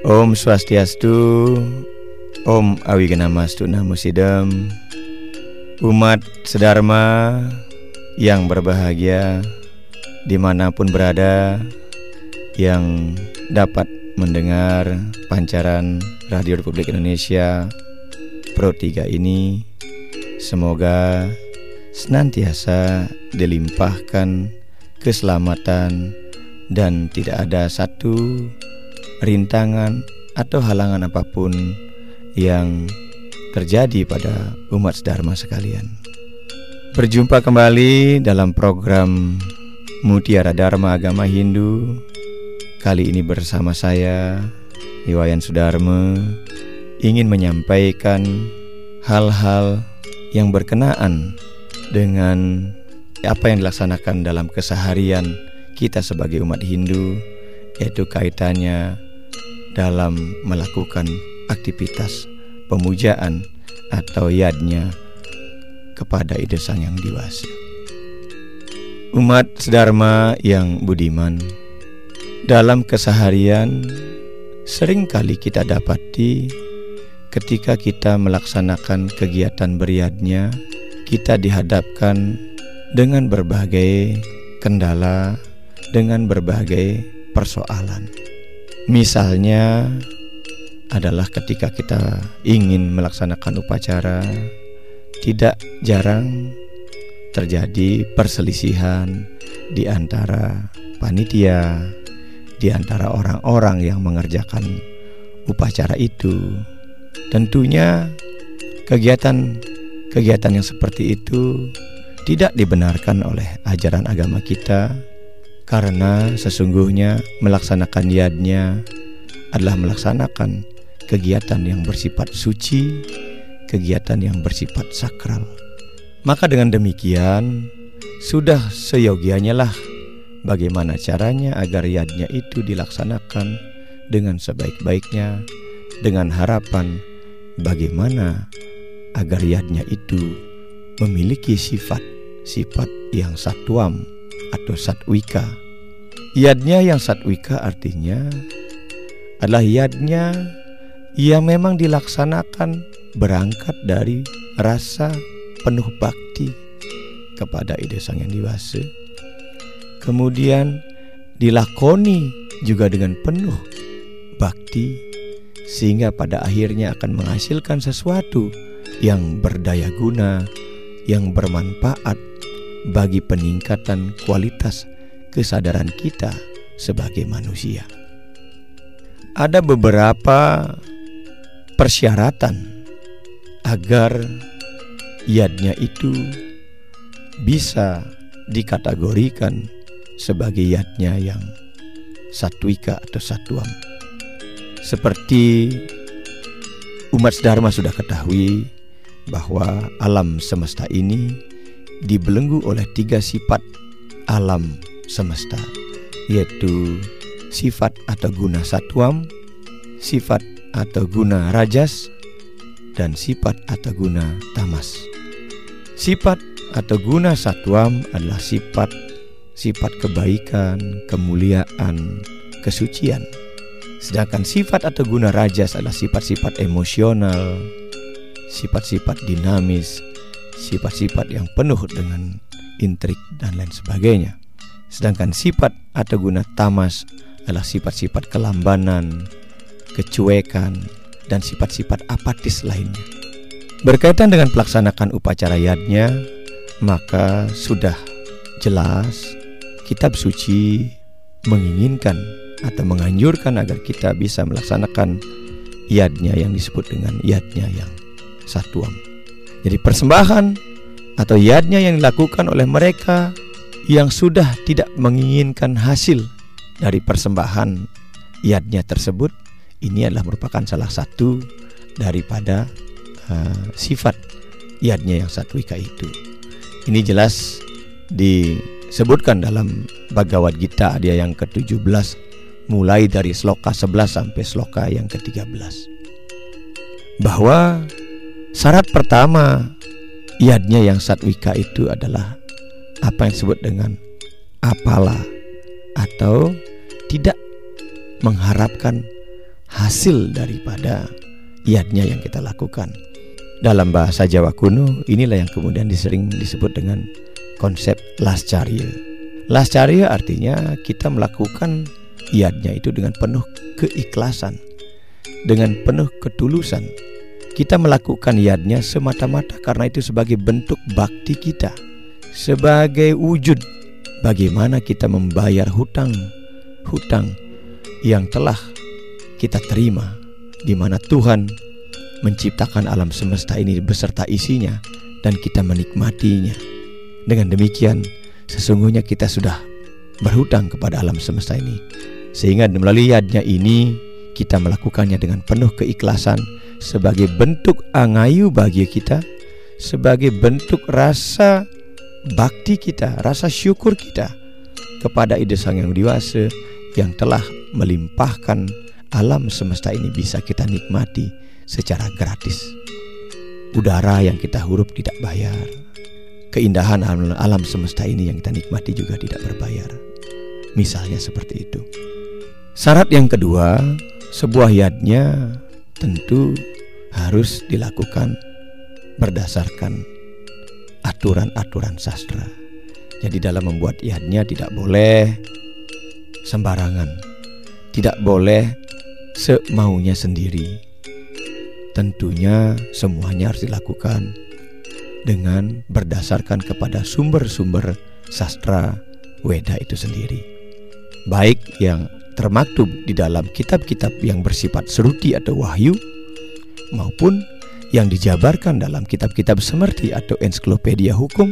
Om Swastiastu, Om Awiganamastu Namo Sidam. Umat sedharma yang berbahagia dimanapun berada, yang dapat mendengar pancaran Radio Republik Indonesia Pro 3 ini, semoga senantiasa dilimpahkan keselamatan dan tidak ada satu rintangan atau halangan apapun yang terjadi pada umat sedharma sekalian. Berjumpa kembali dalam program Mutiara Dharma Agama Hindu. Kali ini bersama saya, Iwayan Sudarma, ingin menyampaikan hal-hal yang berkenaan dengan apa yang dilaksanakan dalam keseharian kita sebagai umat Hindu, yaitu kaitannya dalam melakukan aktivitas pemujaan atau yadnya kepada Ida Sang Yang Diwasa. Umat sedharma yang budiman, dalam keseharian seringkali kita dapati ketika kita melaksanakan kegiatan beryadnya, kita dihadapkan dengan berbagai kendala, dengan berbagai persoalan. Misalnya adalah ketika kita ingin melaksanakan upacara, tidak jarang terjadi perselisihan di antara panitia, di antara orang-orang yang mengerjakan upacara itu. Tentunya kegiatan yang seperti itu tidak dibenarkan oleh ajaran agama kita, karena sesungguhnya melaksanakan yadnya adalah melaksanakan kegiatan yang bersifat suci, kegiatan yang bersifat sakral. Maka dengan demikian sudah seyogianya lah bagaimana caranya agar yadnya itu dilaksanakan dengan sebaik-baiknya, dengan harapan bagaimana agar yadnya itu memiliki sifat yang satwam atau satwika. Yadnya yang satwika artinya adalah yadnya yang memang dilaksanakan berangkat dari rasa penuh bakti kepada Ida Sang Yang Diwasa, kemudian dilakoni juga dengan penuh bakti, sehingga pada akhirnya akan menghasilkan sesuatu yang berdaya guna, yang bermanfaat bagi peningkatan kualitas kesadaran kita sebagai manusia. Ada beberapa persyaratan agar yadnya itu bisa dikategorikan sebagai yadnya yang satwika atau satwam. Seperti umat sedharma sudah ketahui bahwa alam semesta ini dibelenggu oleh 3 sifat alam semesta, yaitu sifat atau guna satwam, sifat atau guna rajas, dan sifat atau guna tamas. Sifat atau guna satwam adalah sifat kebaikan, kemuliaan, kesucian. Sedangkan sifat atau guna rajas adalah sifat-sifat emosional, sifat-sifat dinamis, sifat-sifat yang penuh dengan intrik dan lain sebagainya. Sedangkan sifat atau guna tamas adalah sifat-sifat kelambanan, kecuekan, dan sifat-sifat apatis lainnya. Berkaitan dengan pelaksanaan upacara yadnya, maka sudah jelas kitab suci menginginkan atau menganjurkan agar kita bisa melaksanakan yadnya yang disebut dengan yadnya yang satwam. Jadi persembahan atau yadnya yang dilakukan oleh mereka yang sudah tidak menginginkan hasil dari persembahan yadnya tersebut, ini adalah merupakan salah satu daripada sifat yadnya yang satwika itu. Ini jelas disebutkan dalam Bhagavad Gita adhyaya yang ke-17, mulai dari sloka 11 sampai sloka yang ke-13, bahwa syarat pertama yadnya yang satwika itu adalah apa yang disebut dengan apala, atau tidak mengharapkan hasil daripada yadnya yang kita lakukan. Dalam bahasa Jawa kuno, inilah yang kemudian sering disebut dengan konsep lascarya. Lascarya artinya kita melakukan yadnya itu dengan penuh keikhlasan, dengan penuh ketulusan. Kita melakukan yadnya semata-mata karena itu sebagai bentuk bakti kita, sebagai wujud bagaimana kita membayar hutang yang telah kita terima, di mana Tuhan menciptakan alam semesta ini beserta isinya dan kita menikmatinya. Dengan demikian sesungguhnya kita sudah berhutang kepada alam semesta ini, sehingga melalui yadnya ini kita melakukannya dengan penuh keikhlasan sebagai bentuk angayu bagi kita, sebagai bentuk rasa bakti kita, rasa syukur kita kepada Ida Sang Yang Widi yang telah melimpahkan alam semesta ini bisa kita nikmati secara gratis. Udara yang kita hirup tidak bayar, keindahan alam semesta ini yang kita nikmati juga tidak berbayar. Misalnya seperti itu. Syarat yang kedua, sebuah yadnya tentu harus dilakukan berdasarkan aturan-aturan sastra. Jadi dalam membuat yadnya tidak boleh sembarangan, tidak boleh semaunya sendiri. Tentunya semuanya harus dilakukan dengan berdasarkan kepada sumber-sumber sastra Weda itu sendiri, baik yang termaktub di dalam kitab-kitab yang bersifat seruti atau wahyu, maupun yang dijabarkan dalam kitab-kitab semerti atau ensiklopedia hukum,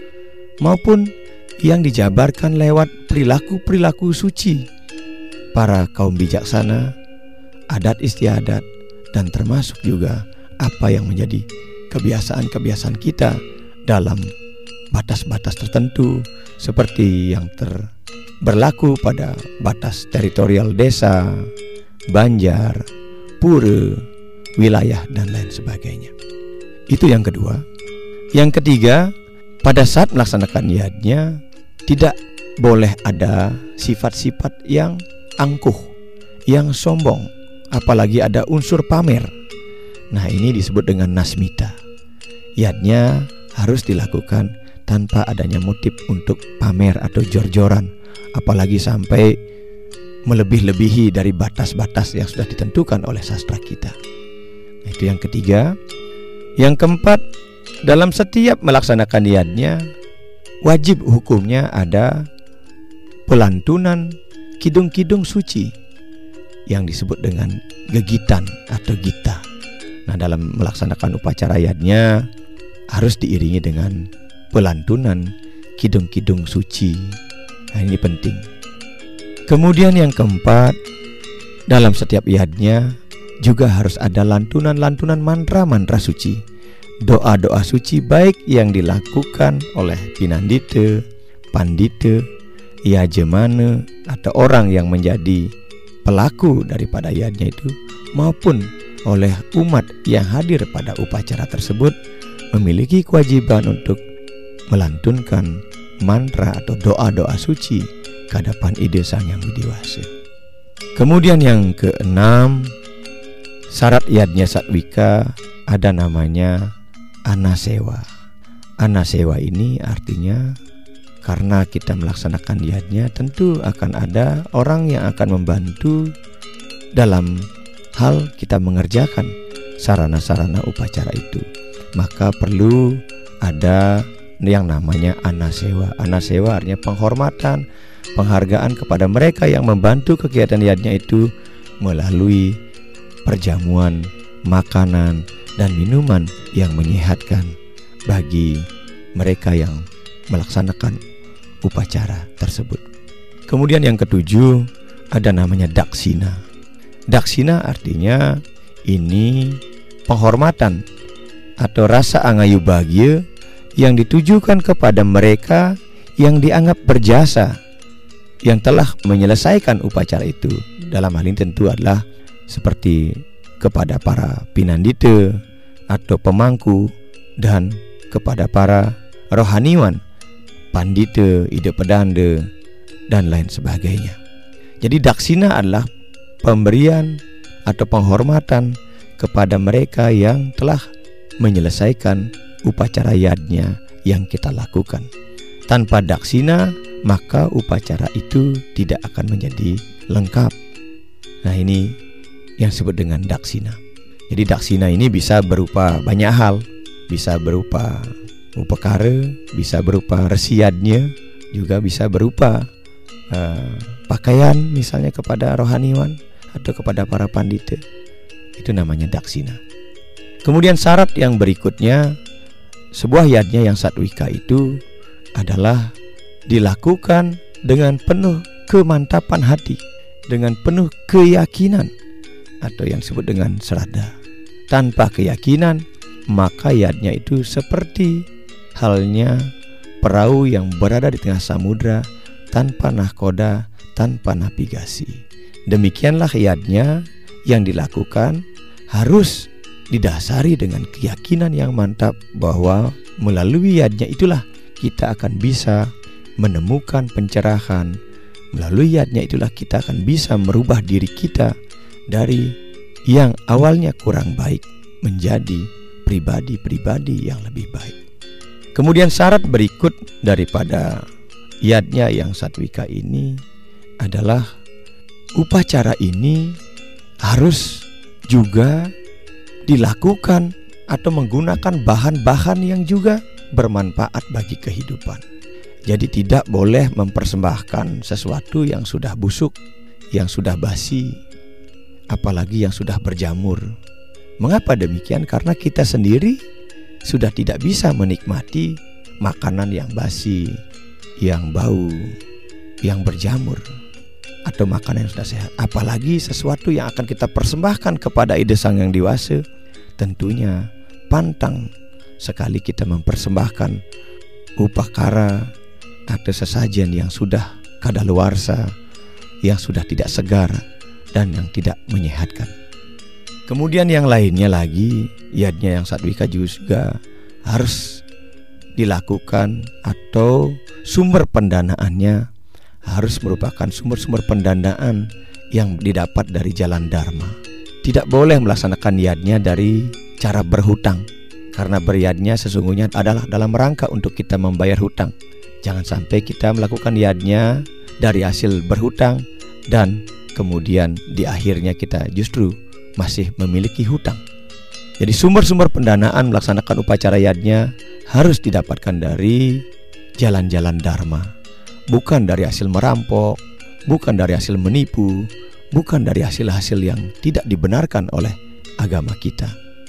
maupun yang dijabarkan lewat perilaku-perilaku suci para kaum bijaksana, adat istiadat, dan termasuk juga apa yang menjadi kebiasaan-kebiasaan kita dalam batas-batas tertentu, seperti yang berlaku pada batas teritorial desa, banjar, pura, wilayah, dan lain sebagainya. Itu yang kedua. Yang ketiga, pada saat melaksanakan yadnya tidak boleh ada sifat-sifat yang angkuh, yang sombong, apalagi ada unsur pamer. Nah, ini disebut dengan nasmita. Yadnya harus dilakukan tanpa adanya motif untuk pamer atau jor-joran, apalagi sampai melebih-lebihi dari batas-batas yang sudah ditentukan oleh sastra kita. Nah, itu yang ketiga. Yang keempat, dalam setiap melaksanakan yadnya wajib hukumnya ada pelantunan kidung-kidung suci yang disebut dengan gegitan atau gita. Nah, dalam melaksanakan upacara yadnya harus diiringi dengan pelantunan kidung-kidung suci. Nah, ini penting. Kemudian yang keempat, dalam setiap yadnya juga harus ada lantunan-lantunan mantra-mantra suci, doa-doa suci, baik yang dilakukan oleh pinandita, pandita, yajemana, atau orang yang menjadi pelaku daripada yadnya itu, maupun oleh umat yang hadir pada upacara tersebut, memiliki kewajiban untuk melantunkan mantra atau doa-doa suci ke hadapan Ida Sang Yang Widi Wasa. Kemudian yang keenam, syarat yadnya Satwika ada namanya anasewa. Anasewa ini artinya karena kita melaksanakan yadnya tentu akan ada orang yang akan membantu dalam hal kita mengerjakan sarana-sarana upacara itu. Maka perlu ada yang namanya anasewa. Anasewa artinya penghormatan, penghargaan kepada mereka yang membantu kegiatan yadnya itu melalui perjamuan, makanan, dan minuman yang menyehatkan bagi mereka yang melaksanakan upacara tersebut. Kemudian yang ketujuh ada namanya daksina. Daksina artinya ini penghormatan atau rasa angayu bahagia yang ditujukan kepada mereka yang dianggap berjasa, yang telah menyelesaikan upacara itu. Dalam hal ini tentu adalah seperti kepada para pinandita atau pemangku, dan kepada para rohaniwan, pandita, ida pedanda, dan lain sebagainya. Jadi daksina adalah pemberian atau penghormatan kepada mereka yang telah menyelesaikan upacara yadnya yang kita lakukan. Tanpa daksina, maka upacara itu tidak akan menjadi lengkap. Nah, ini yang disebut dengan daksina. Jadi daksina ini bisa berupa banyak hal. Bisa berupa upakara, bisa berupa resi yadnya, juga bisa berupa pakaian misalnya kepada rohaniwan atau kepada para pandita. Itu namanya daksina. Kemudian syarat yang berikutnya, sebuah yadnya yang satwika itu adalah dilakukan dengan penuh kemantapan hati, dengan penuh keyakinan, atau yang disebut dengan sraddha. Tanpa keyakinan, maka yadnya itu seperti halnya perahu yang berada di tengah samudra tanpa nahkoda, tanpa navigasi. Demikianlah yadnya yang dilakukan harus didasari dengan keyakinan yang mantap bahwa melalui yadnya itulah kita akan bisa menemukan pencerahan. Melalui yadnya itulah kita akan bisa merubah diri kita dari yang awalnya kurang baik menjadi pribadi-pribadi yang lebih baik. Kemudian syarat berikut daripada yadnya yang satwika ini adalah upacara ini harus juga dilakukan atau menggunakan bahan-bahan yang juga bermanfaat bagi kehidupan. Jadi tidak boleh mempersembahkan sesuatu yang sudah busuk, yang sudah basi, apalagi yang sudah berjamur. Mengapa demikian? Karena kita sendiri sudah tidak bisa menikmati makanan yang basi, yang bau, yang berjamur, atau makanan yang sudah sehat. Apalagi sesuatu yang akan kita persembahkan kepada ide sang yang dewasa. Tentunya pantang sekali kita mempersembahkan upakara atau sesajen yang sudah kadaluarsa, yang sudah tidak segar dan yang tidak menyehatkan. Kemudian yang lainnya lagi, yadnya yang satwika juga harus dilakukan atau sumber pendanaannya harus merupakan sumber-sumber pendanaan yang didapat dari jalan dharma. Tidak boleh melaksanakan yadnya dari cara berhutang, karena beryadnya sesungguhnya adalah dalam rangka untuk kita membayar hutang. Jangan sampai kita melakukan yadnya dari hasil berhutang dan kemudian di akhirnya kita justru masih memiliki hutang. Jadi sumber-sumber pendanaan melaksanakan upacara yadnya harus didapatkan dari jalan-jalan dharma, bukan dari hasil merampok, bukan dari hasil menipu, bukan dari hasil-hasil yang tidak dibenarkan oleh agama kita.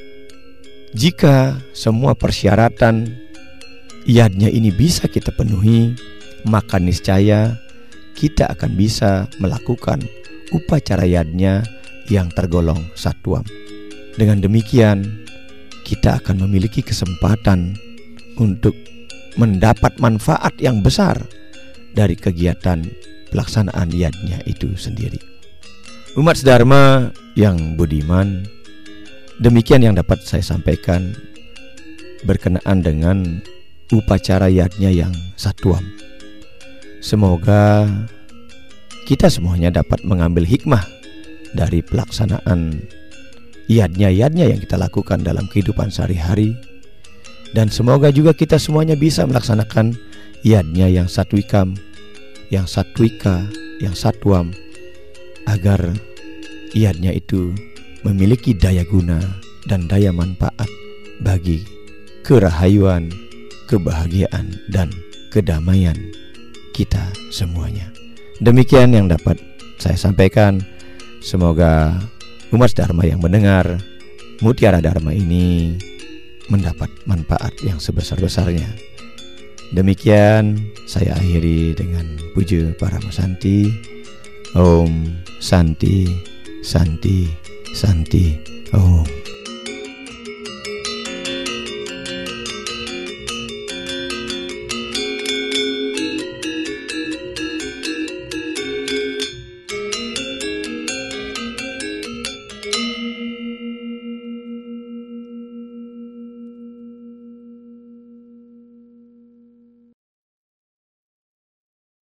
Jika semua persyaratan yadnya ini bisa kita penuhi, maka niscaya kita akan bisa melakukan upacara yadnya yang tergolong satwam. Dengan demikian, kita akan memiliki kesempatan untuk mendapat manfaat yang besar dari kegiatan pelaksanaan yadnya itu sendiri. Umat Dharma yang budiman, demikian yang dapat saya sampaikan berkenaan dengan upacara yadnya yang satwam. Semoga kita semuanya dapat mengambil hikmah dari pelaksanaan yadnya yang kita lakukan dalam kehidupan sehari-hari, dan semoga juga kita semuanya bisa melaksanakan yadnya yang satwikam, yang satwika, yang satwam, agar yadnya itu memiliki daya guna dan daya manfaat bagi kerahayuan, kebahagiaan, dan kedamaian kita semuanya. Demikian yang dapat saya sampaikan. Semoga umat Dharma yang mendengar mutiara Dharma ini mendapat manfaat yang sebesar-besarnya. Demikian saya akhiri dengan puja Paramasanti. Om Santi, Santi, Santi, Om.